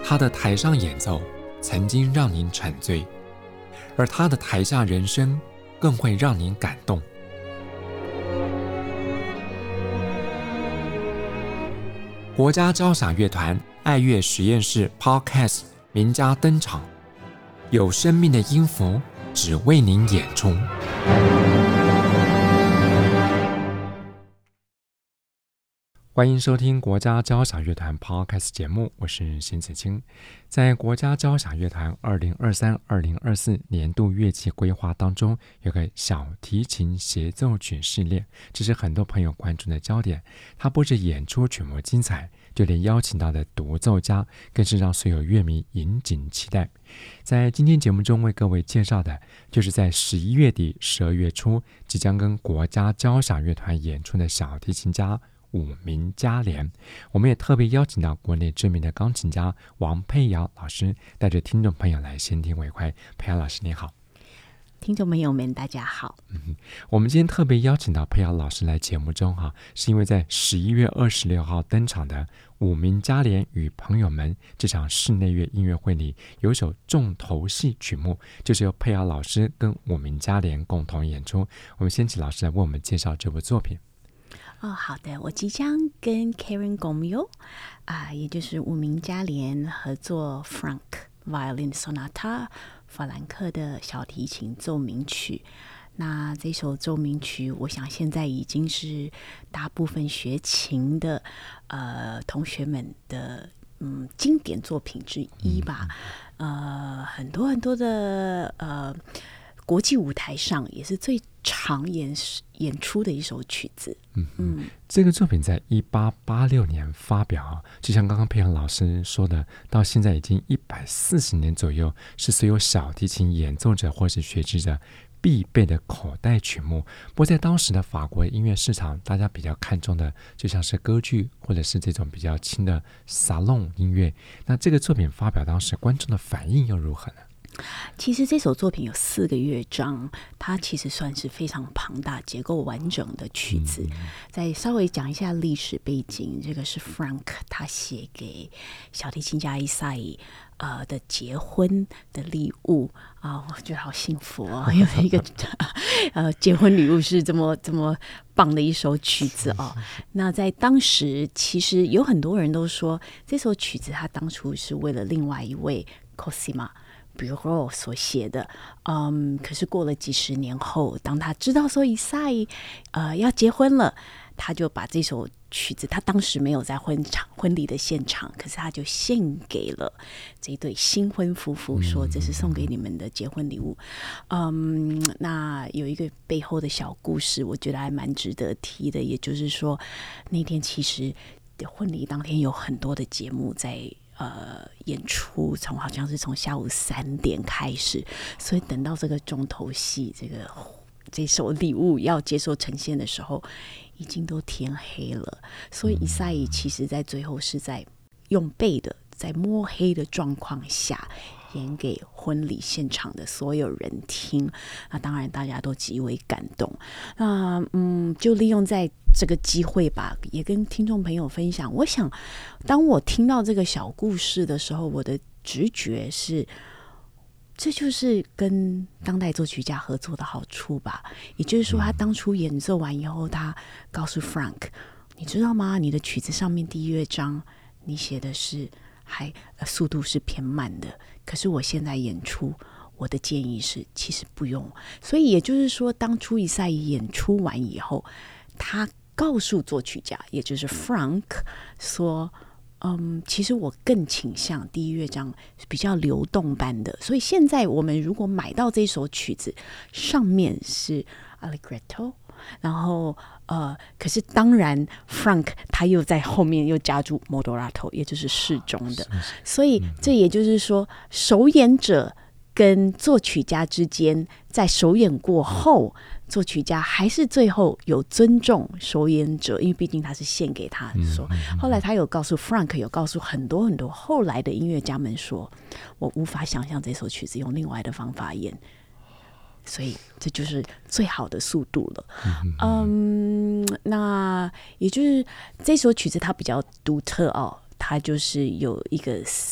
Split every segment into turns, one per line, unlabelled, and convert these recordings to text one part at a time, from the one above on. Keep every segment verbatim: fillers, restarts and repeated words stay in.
他的台上演奏曾经让您沉醉，而他的台下人生更会让您感动。国家交响乐团爱乐实验室 Podcast 名家登场，有生命的音符只为您演出。欢迎收听国家交响乐团 Podcast 节目，我是邢子清。在国家交响乐团二零二三二零二四年度乐器规划当中，有个小提琴协奏曲系列，这是很多朋友关注的焦点。它不止演出曲目精彩，就连邀请到的独奏家更是让所有乐迷引颈期待。在今天节目中为各位介绍的，就是在十一月底十二月初即将跟国家交响乐团演出的小提琴家五名佳联。我们也特别邀请到国内知名的钢琴家王佩瑶老师，带着听众朋友来先听为快。佩瑶老师你好。
听众朋友们大家好。
嗯，我们今天特别邀请到佩瑶老师来节目中哈，是因为在十一月二十六号登场的五名佳联与朋友们这场室内乐音乐会里，有一首重头戏曲目，就是由佩瑶老师跟五名佳联共同演出。我们先请老师来为我们介绍这部作品。
哦，好的，我即将跟 Karen Gomio 啊、呃，也就是五名佳联合作 Franck Violin Sonata 法兰克的小提琴奏鸣曲。那这首奏鸣曲，我想现在已经是大部分学琴的呃同学们的嗯经典作品之一吧。呃，很多很多的呃。国际舞台上也是最常演演出的一首曲子。
嗯嗯，这个作品在一八八六年发表，就像刚刚佩瑶老师说的，到现在已经一百四十年左右，是所有小提琴演奏者或是学习者必备的口袋曲目。不过在当时的法国音乐市场，大家比较看重的就像是歌剧或者是这种比较轻的沙龙音乐。那这个作品发表当时观众的反应又如何呢？
其实这首作品有四个乐章，它其实算是非常庞大、结构完整的曲子。嗯、再稍微讲一下历史背景，这个是 Franck 他写给小提琴家伊萨伊呃的结婚的礼物啊、呃，我觉得好幸福哦，有一个呃结婚礼物是这么这么棒的一首曲子哦。那在当时，其实有很多人都说这首曲子他当初是为了另外一位 Cosima Bureau 所写的，嗯，可是过了几十年后，当他知道说以赛呃要结婚了，他就把这首曲子，他当时没有在婚场婚礼的现场，可是他就献给了这对新婚夫妇，说这是送给你们的结婚礼物。嗯，那有一个背后的小故事，我觉得还蛮值得提的，也就是说，那天其实婚礼当天有很多的节目在。呃，演出从好像是从下午三点开始，所以等到这个重头戏，这个这首礼物要接受呈现的时候，已经都天黑了。所以以赛伊其实在最后是在用背的，在摸黑的状况下演给婚礼现场的所有人听。那当然大家都极为感动。那嗯，就利用在这个机会吧，也跟听众朋友分享。我想当我听到这个小故事的时候，我的直觉是这就是跟当代作曲家合作的好处吧。也就是说他当初演奏完以后，他告诉 Franck， 你知道吗，你的曲子上面第一乐章你写的是还、呃、速度是偏慢的，可是我现在演出我的建议是其实不用。所以也就是说当初以赛伊演出完以后，他告诉作曲家，也就是 Franck 说，嗯，其实我更倾向第一乐章比较流动般的，所以现在我们如果买到这首曲子，上面是 Allegretto， 然后呃，可是当然 Franck 他又在后面又加注 Moderato， 也就是适中的，所以这也就是说，首演者跟作曲家之间，在首演过后，作曲家还是最后有尊重首演者，因为毕竟他是献给他说。后来他有告诉 Franck， 有告诉很多很多后来的音乐家们说，我无法想象这首曲子用另外的方法演，所以这就是最好的速度了。嗯，那也就是这首曲子它比较独特哦，它就是有一个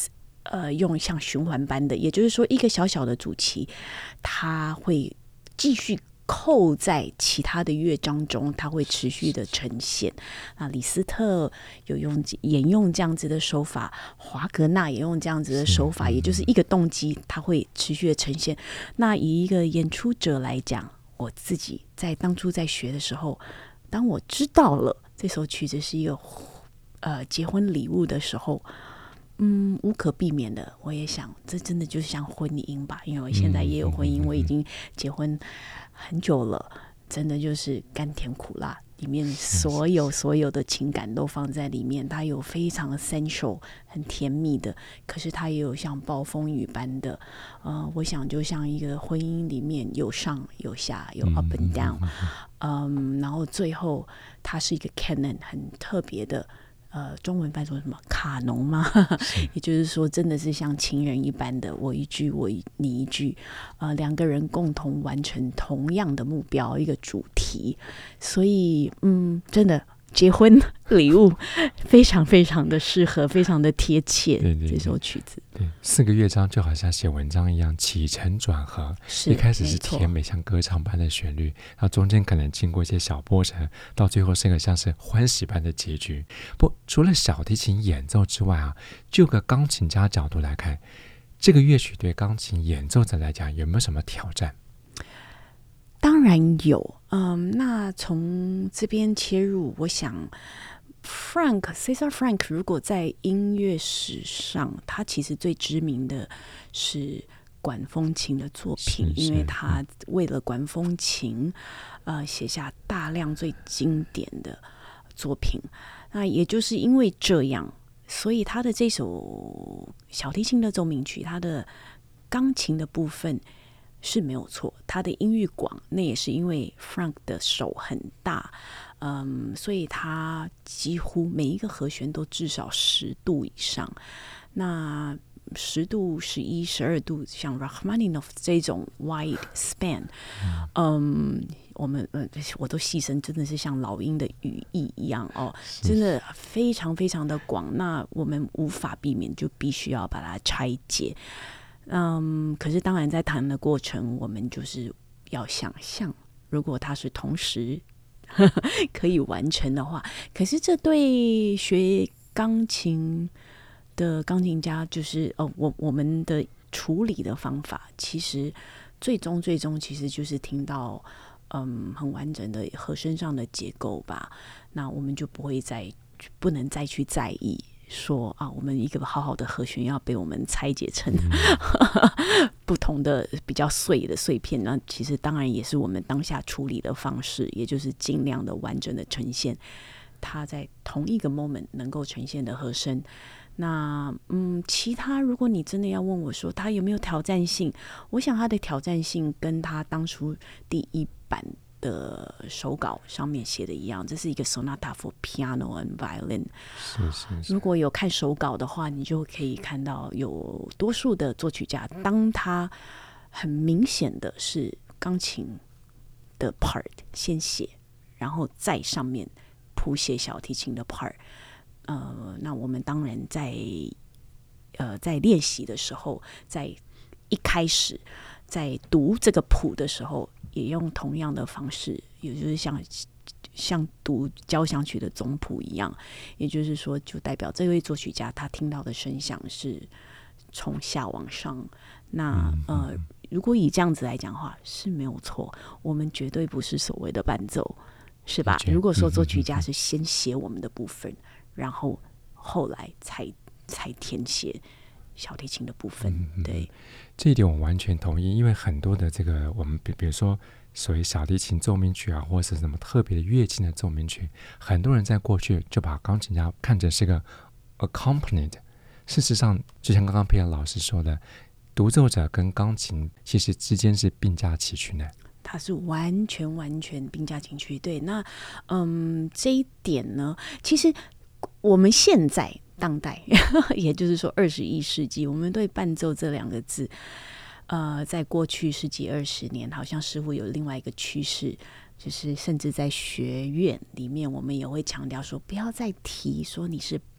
呃用像循环般的，也就是说一个小小的主题，它会继续扣在其他的乐章中，它会持续的呈现。那李斯特有用沿用这样子的手法，华格纳也用这样子的手法，也就是一个动机，它会持续的呈现。那以一个演出者来讲，我自己在当初在学的时候，当我知道了这首曲子是一个呃结婚礼物的时候，嗯，无可避免的，我也想，这真的就像婚姻吧，因为我现在也有婚姻，我已经结婚很久了，真的就是甘甜苦辣，里面所有所有的情感都放在里面，它有非常 essential 很甜蜜的，可是它也有像暴风雨般的，呃，我想就像一个婚姻里面有上有下，有 up and down， 嗯，然后最后它是一个 canon 很特别的。呃，中文翻说什么卡农吗？也就是说，真的是像情人一般的，我一句我一你一句，呃，两个人共同完成同样的目标，一个主题。所以，嗯，真的结婚礼物非常非常的适合，非常的贴切。
对对对，这
首曲子，
对，四个乐章就好像写文章一样，起承转合。一开始是甜美像歌唱般的旋律，然后中间可能经过一些小波折，到最后是个像是欢喜般的结局。不，除了小提琴演奏之外啊，就个钢琴家角度来看，这个乐曲对钢琴演奏者来讲有没有什么挑战？
当然有，嗯，那从这边切入，我想 Frank César Franck 如果在音乐史上，他其实最知名的是管风琴的作品，因为他为了管风琴，呃，写下大量最经典的作品。那也就是因为这样，所以他的这首小提琴的奏鸣曲，他的钢琴的部分是没有错，他的音域广，那也是因为 Franck 的手很大，嗯，所以他几乎每一个和弦都至少十度以上。那十度、十一、十二度，像 Rachmaninoff 这种 wide span， 嗯，我们呃我都细声，真的是像老鹰的羽翼一样哦，真的非常非常的广。那我们无法避免，就必须要把它拆解。嗯，可是当然在弹的过程，我们就是要想象，如果它是同时呵呵可以完成的话，可是这对学钢琴的钢琴家，就是哦，我我们的处理的方法，其实最终最终其实就是听到嗯很完整的和声上的结构吧，那我们就不会再不能再去在意。说啊，我们一个好好的和弦要被我们拆解成、嗯、不同的比较碎的碎片，那其实当然也是我们当下处理的方式，也就是尽量的完整的呈现它在同一个 moment 能够呈现的和声。那嗯，其他如果你真的要问我说它有没有挑战性，我想它的挑战性跟它当初第一版的手稿上面写的一样，这是一个 sonata for piano and violin。
是是是，
如果有看手稿的话，你就可以看到有多数的作曲家，当他很明显的是钢琴的 part 先写，然后在上面谱写小提琴的 part。呃，那我们当然在呃在练习的时候，在一开始在读这个谱的时候，也用同样的方式，也就是像像读交响曲的总谱一样，也就是说，就代表这位作曲家他听到的声响是从下往上。那呃，如果以这样子来讲的话，是没有错，我们绝对不是所谓的伴奏，是吧？如果说作曲家是先写我们的部分，然后后来才才填写小提琴的部分，嗯、对，
这一点我完全同意。因为很多的这个我们比比如说所谓小提琴奏鸣曲啊，或者是什么特别的乐器的奏鸣曲，很多人在过去就把钢琴家看成是个 accompaniment。事实上，就像刚刚佩尔老师说的，独奏者跟钢琴其实之间是并驾齐驱的。
它是完全完全并驾齐驱。对，那嗯，这一点呢，其实我们现在当代，也就是说二十一世纪，我们对伴奏这两个字，呃，在过去十几二十年，好像似乎有另外一个趋势，就是甚至在学院里面，我们也会强调说，不要再提说你是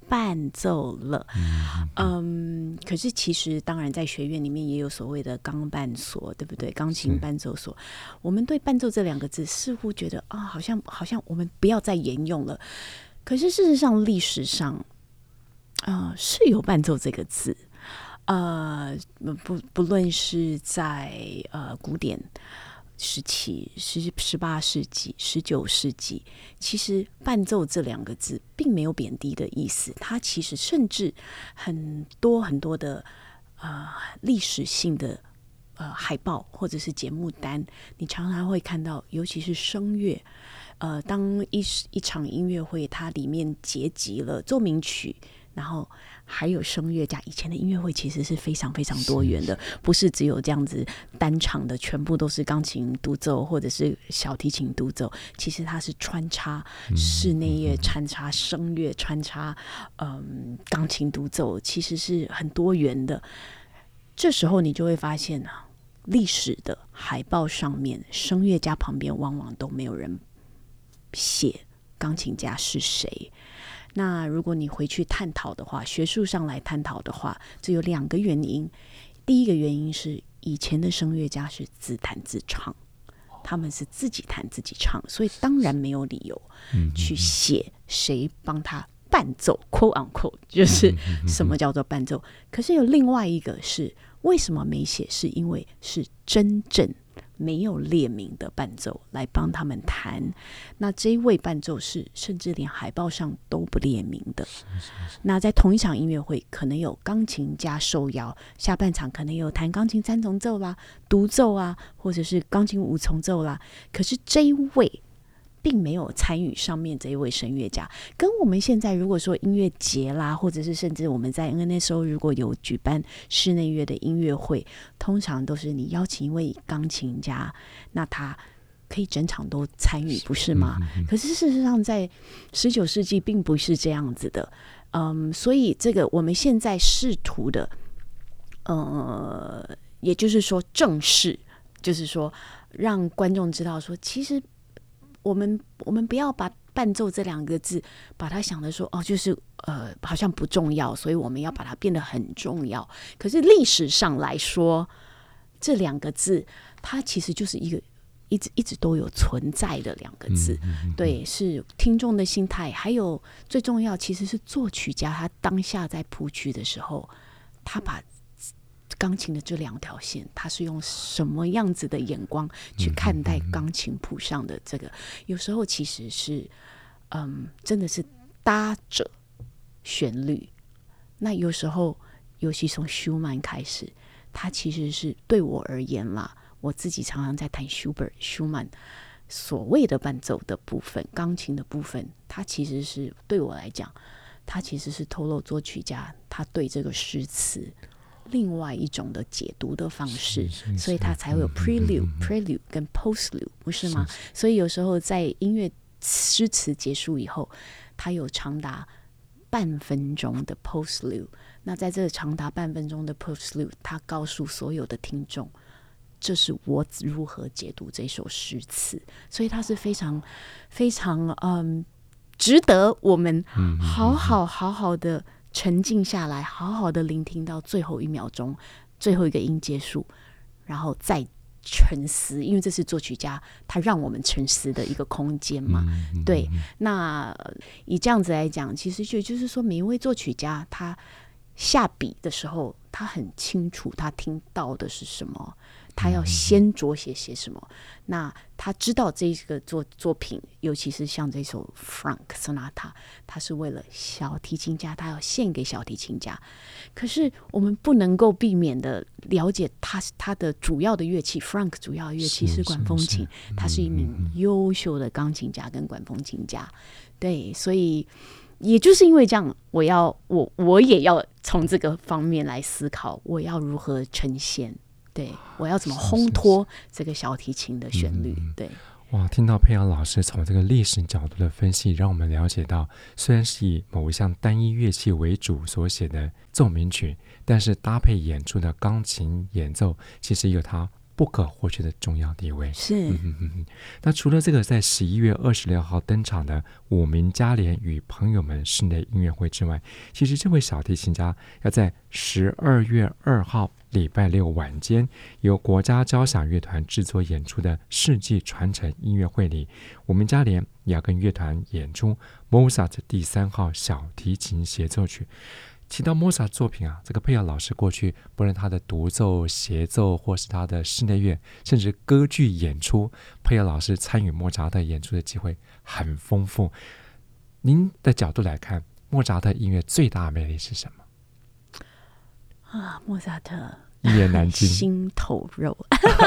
伴奏了。嗯, 嗯，可是其实当然在学院里面也有所谓的钢伴所，对不对？钢琴伴奏所。我们对伴奏这两个字似乎觉得啊，好像好像我们不要再沿用了。可是事实上历史上呃，是有伴奏这个字，呃，不不论是在呃古典时期、十十八世纪、十九世纪，其实伴奏这两个字并没有贬低的意思，它其实甚至很多很多的呃历史性的呃海报或者是节目单，你常常会看到，尤其是声乐。呃，当一一场音乐会，它里面结集了奏鸣曲，然后还有声乐家。以前的音乐会其实是非常非常多元的，不是只有这样子单场的，全部都是钢琴独奏或者是小提琴独奏。其实它是穿插室内乐、穿插声乐、穿插嗯钢琴独奏，其实是很多元的。这时候你就会发现啊，历史的海报上面，声乐家旁边往往都没有人写钢琴家是谁。那如果你回去探讨的话，学术上来探讨的话，这有两个原因。第一个原因是以前的声乐家是自弹自唱，他们是自己弹自己唱，所以当然没有理由去写谁帮他伴奏 quote unquote 就是什么叫做伴奏。可是有另外一个是为什么没写，是因为是真正没有列明的伴奏来帮他们弹，那这一位伴奏是甚至连海报上都不列明的。是是是，那在同一场音乐会可能有钢琴家受邀，下半场可能有弹钢琴三重奏啦、独奏啊，或者是钢琴五重奏啦，可是这一位并没有参与上面这一位声乐家。跟我们现在如果说音乐节啦，或者是甚至我们在 N S O 如果有举办室内乐的音乐会，通常都是你邀请一位钢琴家，那他可以整场都参与，不是吗？可是事实上在十九世纪并不是这样子的。嗯，所以这个我们现在试图的呃，也就是说正式，就是说让观众知道说，其实我们我们不要把伴奏这两个字把它想的说哦，就是呃好像不重要，所以我们要把它变得很重要。可是历史上来说，这两个字它其实就是一个一直一直都有存在的两个字。嗯嗯嗯、对，是听众的心态，还有最重要其实是作曲家他当下在谱曲的时候，他把钢琴的这两条线，他是用什么样子的眼光去看待钢琴谱上的这个？有时候其实是，嗯，真的是搭着旋律。那有时候，尤其从舒曼开始，他其实是对我而言啦，我自己常常在弹舒伯、舒曼所谓的伴奏的部分，钢琴的部分，他其实是对我来讲，他其实是透露作曲家他对这个诗词另外一种的解读的方式，所以它才会有 prelude、prelude 跟 postlude， 不是吗？是是，所以有时候在音乐诗词结束以后，它有长达半分钟的 postlude。那在这个长达半分钟的 postlude， 它告诉所有的听众，这是我如何解读这首诗词。所以它是非常非常嗯，值得我们好好好好的沉静下来，好好的聆听到最后一秒钟，最后一个音结束，然后再沉思，因为这是作曲家他让我们沉思的一个空间嘛。嗯、对，那以这样子来讲，其实就就是说，每一位作曲家他下笔的时候，他很清楚他听到的是什么，他要先着写写什么。那他知道这个作作品，尤其是像这首 Franck Sonata， 他是为了小提琴家，他要献给小提琴家。可是我们不能够避免的了解他他的主要的乐器 ，Franck 主要的乐器是管风琴，他是一名优秀的钢琴家跟管风琴家。对，所以也就是因为这样，我要我我也要从这个方面来思考，我要如何呈现。对，我要怎么烘托这个小提琴的旋律。对，
哇，听到佩瑶老师从这个历史角度的分析，让我们了解到，虽然是以某一项单一乐器为主所写的奏鸣曲，但是搭配演出的钢琴演奏其实有它不可或缺的重要地位。
是、
嗯哼哼哼。那除了这个在十一月二十六号登场的五名嘉联与朋友们室内音乐会之外，其实这位小提琴家要在十二月二号礼拜六晚间由国家交响乐团制作演出的世纪传承音乐会里，我们嘉联也要跟乐团演出莫扎特第三号小提琴协奏曲。提到莫扎特作品啊，这个佩瑶老师过去不论他的独奏、协奏，或是他的室内乐，甚至歌剧演出，佩瑶老师参与莫扎特演出的机会很丰富。您的角度来看，莫扎特音乐最大的魅力是什么？
啊，莫扎特
一言难尽，
心头肉。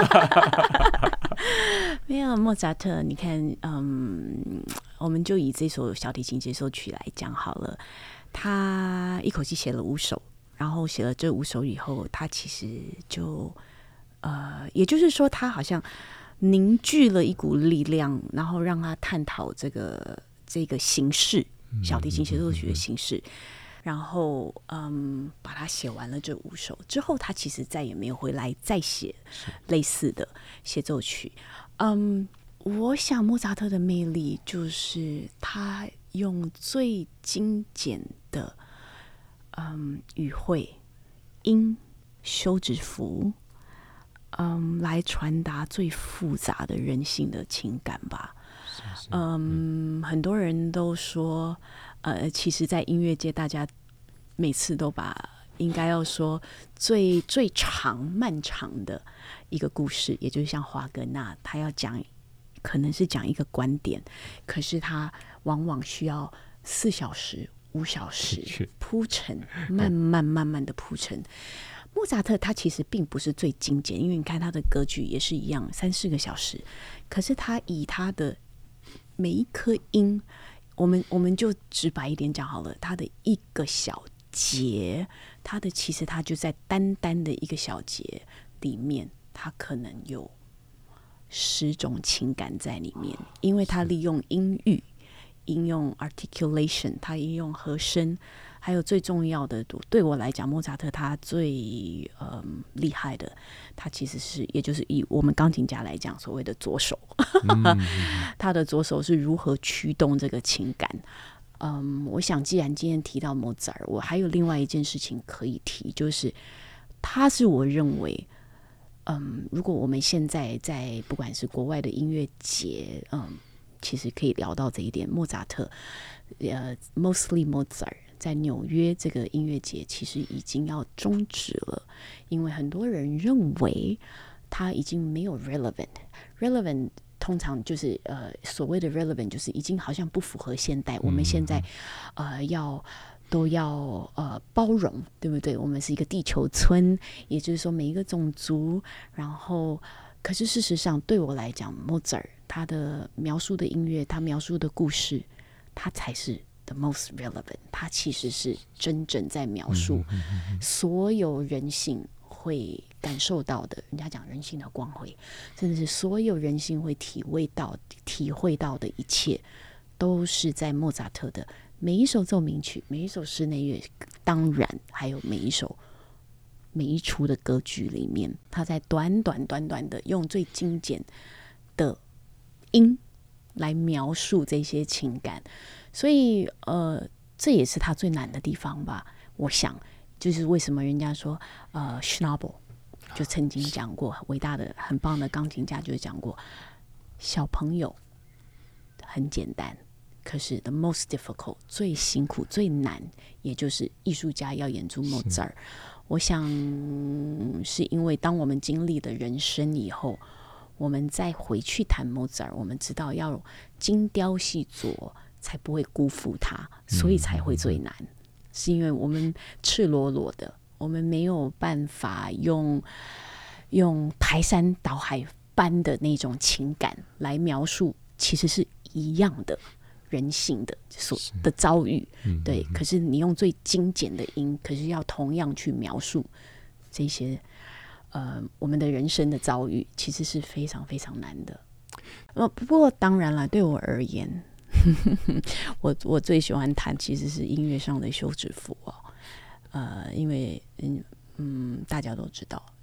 没有莫扎特，你看，嗯，我们就以这首小提琴协奏曲来讲好了。他一口气写了五首，然后写了这五首以后，他其实就呃，也就是说，他好像凝聚了一股力量，然后让他探讨这个这个形式，小提琴协奏曲的形式。然后，嗯，把它写完了这五首之后，他其实再也没有回来再写类似的协奏曲。嗯，我想莫扎特的魅力就是他用最精简的嗯语汇、音、休止符，嗯，来传达最复杂的人性的情感吧。是是嗯，嗯很多人都说，呃，其实，在音乐界，大家每次都把应该要说最最长、漫长的一个故事，也就是像华格纳，他要讲，可能是讲一个观点，可是他往往需要四小时、五小时铺陈，慢慢慢慢的铺陈。莫扎特他其实并不是最精简，因为你看他的歌剧也是一样，三四个小时，可是他以他的每一颗音，我们我们就直白一点讲好了，他的一个小节，他的其实他就在单单的一个小节里面，他可能有十种情感在里面，因为他利用音域，应用 articulation， 他应用和声，还有最重要的，对我来讲，莫扎特他最、嗯、厉害的，他其实是，也就是以我们钢琴家来讲，所谓的左手，嗯、他的左手是如何驱动这个情感。嗯，我想既然今天提到莫扎特，我还有另外一件事情可以提，就是他是我认为，嗯，如果我们现在在不管是国外的音乐节，嗯，其实可以聊到这一点，莫扎特，呃 ，mostly Mozart 在纽约这个音乐节其实已经要终止了，因为很多人认为他已经没有 relevant，relevant。通常就是呃所谓的 relevant 就是已经好像不符合现代，我们现在呃要都要呃包容，对不对？我们是一个地球村，也就是说每一个种族，然后可是事实上对我来讲，莫扎特他的描述的音乐，他描述的故事，他才是 the most relevant， 他其实是真正在描述所有人性会感受到的，人家讲人性的光辉，甚至是所有人性会体会到体会到的一切，都是在莫扎特的每一首奏鸣曲，每一首室内乐，当然还有每一首每一出的歌剧里面，他在短短短短的用最精简的音来描述这些情感，所以呃，这也是他最难的地方吧，我想。就是为什么人家说，呃 Schnabel 就曾经讲过，伟大的、很棒的钢琴家就讲过，小朋友很简单，可是 the most difficult 最辛苦、最难，也就是艺术家要演出莫扎特。我想是因为当我们经历了人生以后，我们再回去谈莫扎特，我们知道要精雕细琢，才不会辜负他，所以才会最难。嗯是因为我们赤裸裸的，我们没有办法用用排山倒海般的那种情感来描述，其实是一样的人性的所的遭遇，对。可是你用最精简的音，可是要同样去描述这些呃我们的人生的遭遇，其实是非常非常难的。呃，不过当然了，对我而言。我我最喜欢弹其实是音乐上的休止符哦，呃，因为嗯嗯大家都知道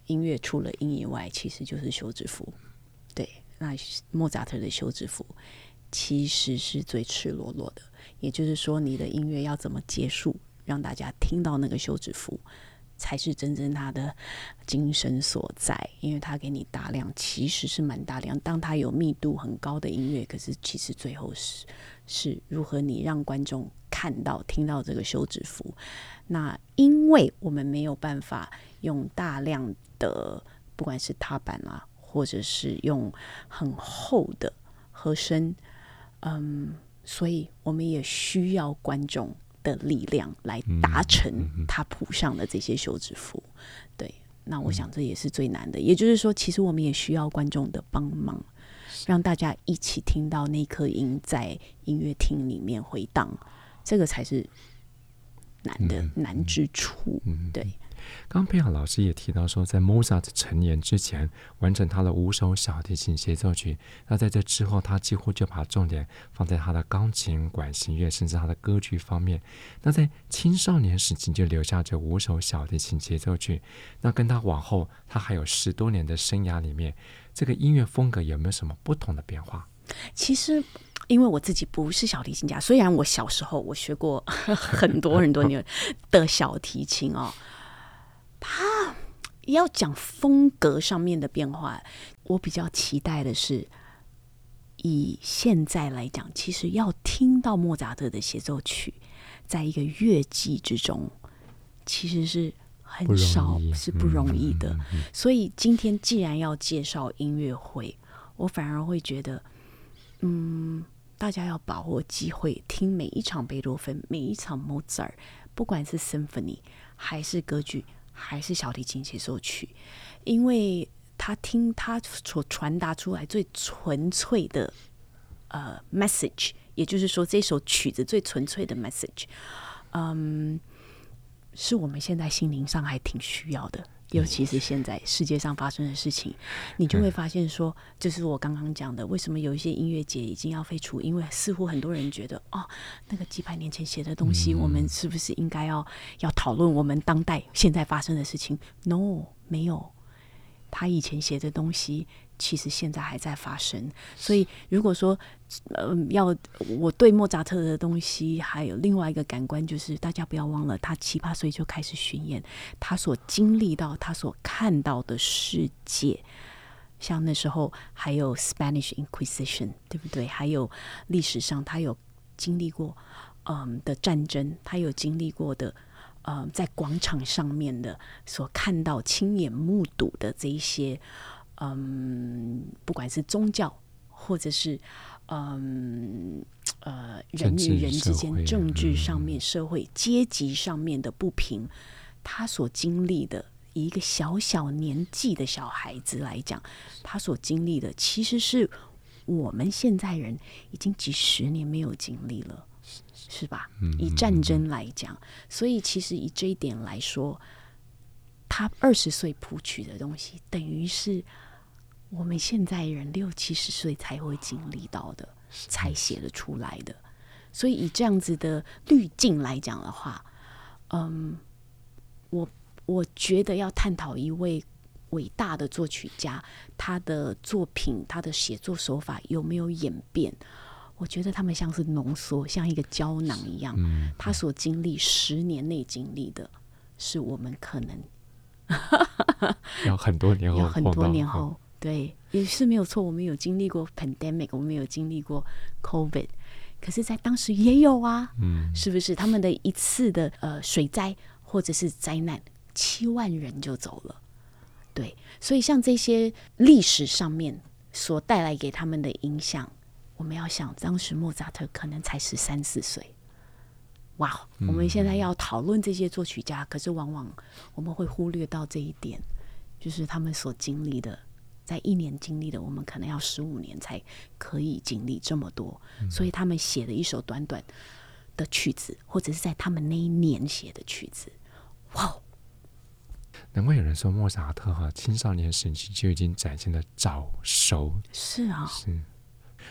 音乐除了音以外，其实就是休止符。对，那莫扎特的休止符其实是最赤裸裸的，也就是说，你的音乐要怎么结束，让大家听到那个休止符，才是真正他的精神所在。因为他给你大量，其实是蛮大量。当他有密度很高的音乐，可是其实最后是是如何你让观众看到、听到这个休止符。那因为我们没有办法用大量的，不管是踏板啦，或者是用很厚的和声，嗯，所以我们也需要观众的力量来达成他谱上的这些休止符。对，那我想这也是最难的。也就是说，其实我们也需要观众的帮忙，让大家一起听到那颗音在音乐厅里面回荡，这个才是难的、嗯、难之处。嗯、对。
刚刚佩雅老师也提到说，在 Mozart 成年之前完成他的五首小提琴协奏曲，那在这之后他几乎就把重点放在他的钢琴、管弦乐甚至他的歌剧方面。那在青少年时期就留下这五首小提琴协奏曲，那跟他往后他还有十多年的生涯里面，这个音乐风格有没有什么不同的变化？
其实因为我自己不是小提琴家，虽然我小时候我学过很多很多年的小提琴哦，他要讲风格上面的变化，我比较期待的是，以现在来讲，其实要听到莫扎特的协奏曲，在一个乐季之中，其实是很少，不是不容易的。嗯嗯嗯、所以今天既然要介绍音乐会，我反而会觉得，嗯，大家要把握机会，听每一场贝多芬，每一场莫扎特，不管是 symphony 还是歌剧。还是小提琴协奏曲，因为他听他所传达出来最纯粹的呃 message， 也就是说这首曲子最纯粹的 message， 嗯，是我们现在心灵上还挺需要的。尤其是现在世界上发生的事情，你就会发现说，就是我刚刚讲的，为什么有一些音乐节已经要废除？因为似乎很多人觉得，哦，那个几百年前写的东西，我们是不是应该要要讨论我们当代现在发生的事情 ？No， 没有，他以前写的东西其实现在还在发生。所以如果说，呃，要我对莫扎特的东西还有另外一个感官，就是大家不要忘了，他七八岁就开始巡演，他所经历到、他所看到的世界，像那时候还有 Spanish Inquisition， 对不对？还有历史上他有经历过嗯的战争，他有经历过的。呃，在广场上面的所看到、亲眼目睹的这一些，嗯，不管是宗教，或者是嗯呃人与人之间政治上面、社会阶级上面的不平，他所经历的，以一个小小年纪的小孩子来讲，他所经历的，其实是我们现在人已经几十年没有经历了。是吧？以战争来讲，所以其实以这一点来说，他二十岁谱曲的东西，等于是我们现在人六七十岁才会经历到的，才写得出来的。所以以这样子的滤镜来讲的话，嗯，我我觉得要探讨一位伟大的作曲家，他的作品、他的写作手法有没有演变？我觉得他们像是浓缩，像一个胶囊一样。嗯、他所经历十年内经历的，是我们可能
要很多年后，
要很多年后，对，也是没有错。我们有经历过 pandemic， 我们有经历过 COVID， 可是，在当时也有啊，嗯、是不是？他们的一次的呃水灾或者是灾难，七万人就走了。对，所以像这些历史上面所带来给他们的影响。我们要想，当时莫扎特可能才十三四岁，哇！我们现在要讨论这些作曲家，可是往往我们会忽略到这一点，就是他们所经历的，在一年经历的，我们可能要十五年才可以经历这么多，所以他们写了一首短短的曲子，或者是在他们那一年写的曲子，哇！
难怪有人说莫扎特哈青少年时期就已经展现了早熟，
是啊，
是。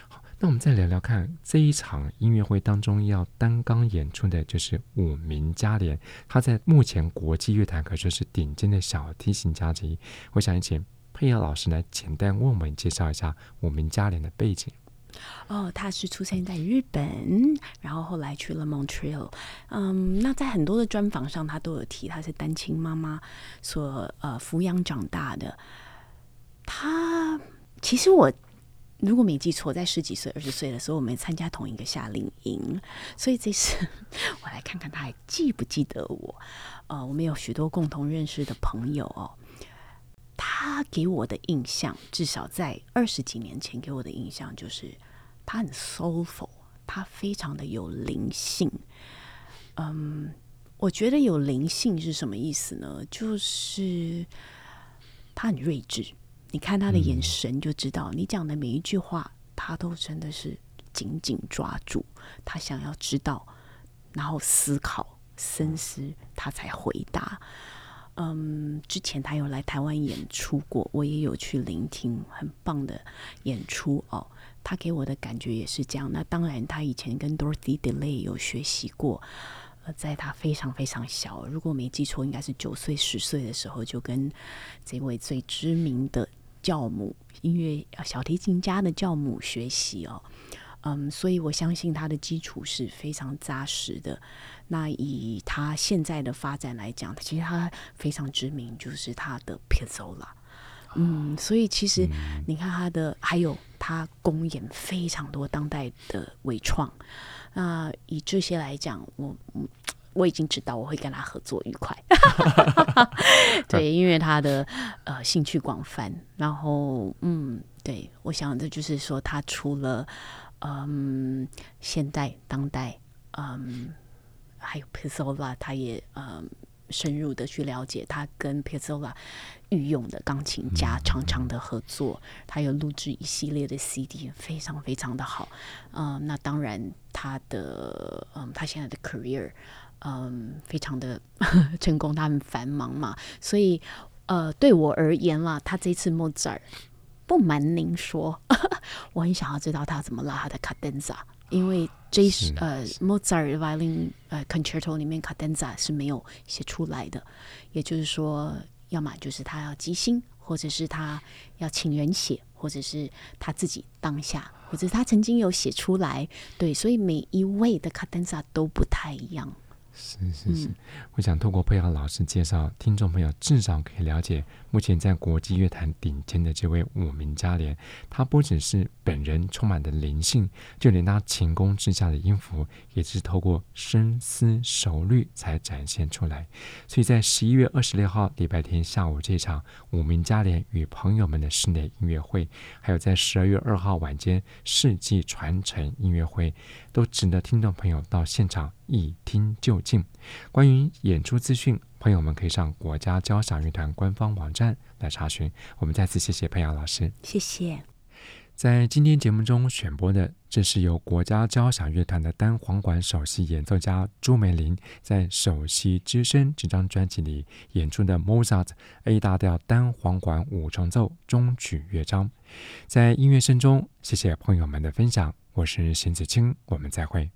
那我们再聊聊看，这一场音乐会当中要担纲演出的就是五名嘉联，他在目前国际乐坛可说是顶尖的小提琴家之一。我想请佩瑶老师来简单为我们介绍一下五名嘉联的背景。
哦，他是出生在日本，然后后来去了 Montreal。嗯，那在很多的专访上，他都有提他是单亲妈妈所呃抚养长大的。他其实我如果没记错，在十几岁、二十岁的时候，我们参加同一个夏令营，所以这次我来看看他还记不记得我。呃，我们有许多共同认识的朋友哦。他给我的印象，至少在二十几年前给我的印象就是他很 soulful， 他非常的有灵性。嗯，我觉得有灵性是什么意思呢？就是他很睿智，你看他的眼神就知道，你讲的每一句话，他都真的是紧紧抓住，他想要知道，然后思考、深思，他才回答。嗯，之前他有来台湾演出过，我也有去聆听，很棒的演出哦。他给我的感觉也是这样。那当然，他以前跟 Dorothy DeLay 有学习过，呃，在他非常非常小，如果没记错，应该是九岁、十岁的时候，就跟这位最知名的教母、音乐小提琴家的教母学习哦。嗯，所以我相信他的基础是非常扎实的。那以他现在的发展来讲，其实他非常知名，就是他的 Piazzolla。嗯，所以其实你看他的，还有他公演非常多当代的伪创。那以这些来讲，我我已经知道我会跟他合作愉快。对，因为他的呃兴趣广泛，然后嗯，对，我想这就是说，他除了嗯现代、当代，嗯还有 Piazzolla， 他也嗯深入的去了解他跟 Piazzolla 御用的钢琴家常常的合作，他有录制一系列的 C D， 非常非常的好。嗯，那当然他的嗯他现在的 career。嗯，非常的成功，他很繁忙嘛，所以呃，对我而言啦，他这次莫扎尔，不瞒您说，我很想要知道他怎么拉他的 cadenza， 因为这呃莫扎尔 violin 呃 concerto 里面 cadenza 是没有写出来的，也就是说，要么就是他要即兴，或者是他要请人写，或者是他自己当下，或者是他曾经有写出来，对，所以每一位的 cadenza 都不太一样。
是是是，我想透过佩瑶老师介绍，听众朋友至少可以了解，目前在国际乐坛顶尖的这位五名嘉联，他不只是本人充满的灵性，就连他琴弓之下的音符，也是透过深思熟虑才展现出来。所以在十一月二十六号礼拜天下午这场五名嘉联与朋友们的室内音乐会，还有在十二月二号晚间世纪传承音乐会，都值得听众朋友到现场一听就进。关于演出资讯，朋友们可以上国家交响乐团官方网站来查询。我们再次谢谢佩瑶老师，
谢谢。
在今天节目中选播的，这是由国家交响乐团的单簧管首席演奏家朱梅林在首席之声这张专辑里演出的 Mozart A 大调单簧管五重奏终曲乐章。在音乐声中，谢谢朋友们的分享，我是邢子清，我们再会。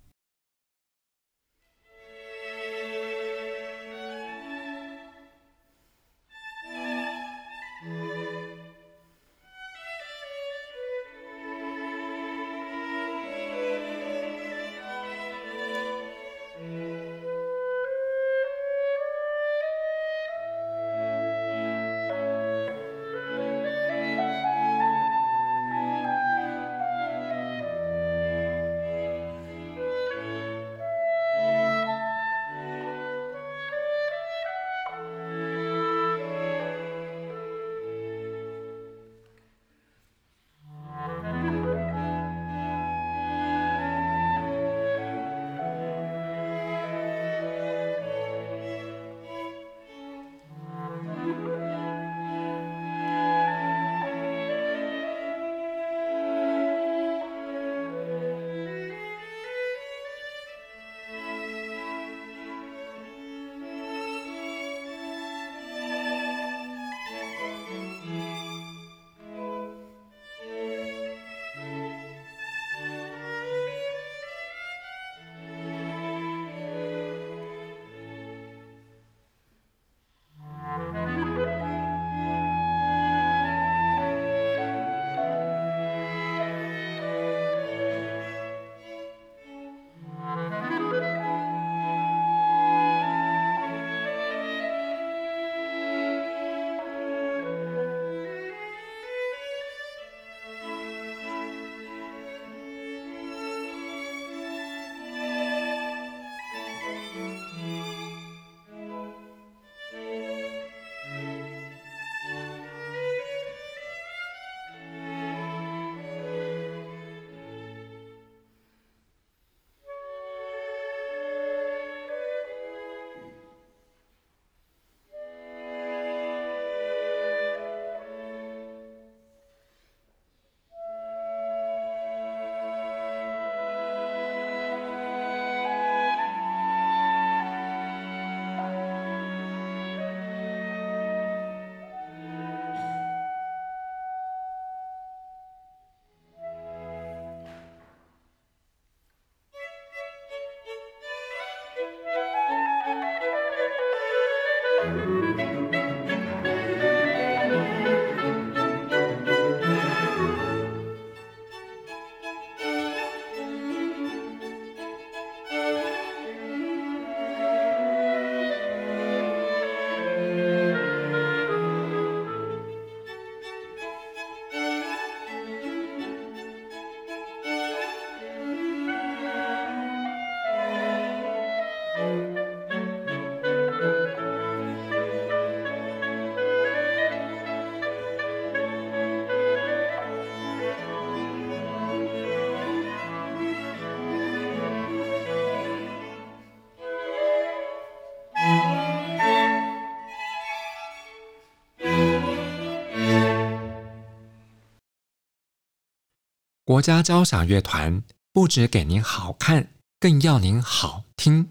国家交响乐团不只给您好看，更要您好听。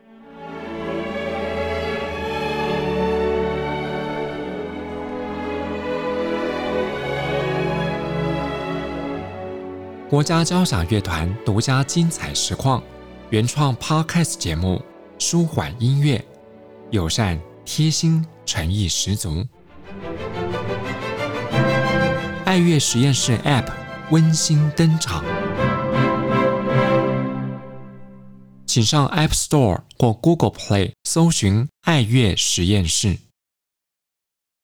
国家交响乐团独家精彩实况，原创 Podcast 节目，舒缓音乐，友善贴心，诚意十足。爱乐实验室 App 温馨登场，请上 App Store 或 Google Play 搜寻爱乐实验室。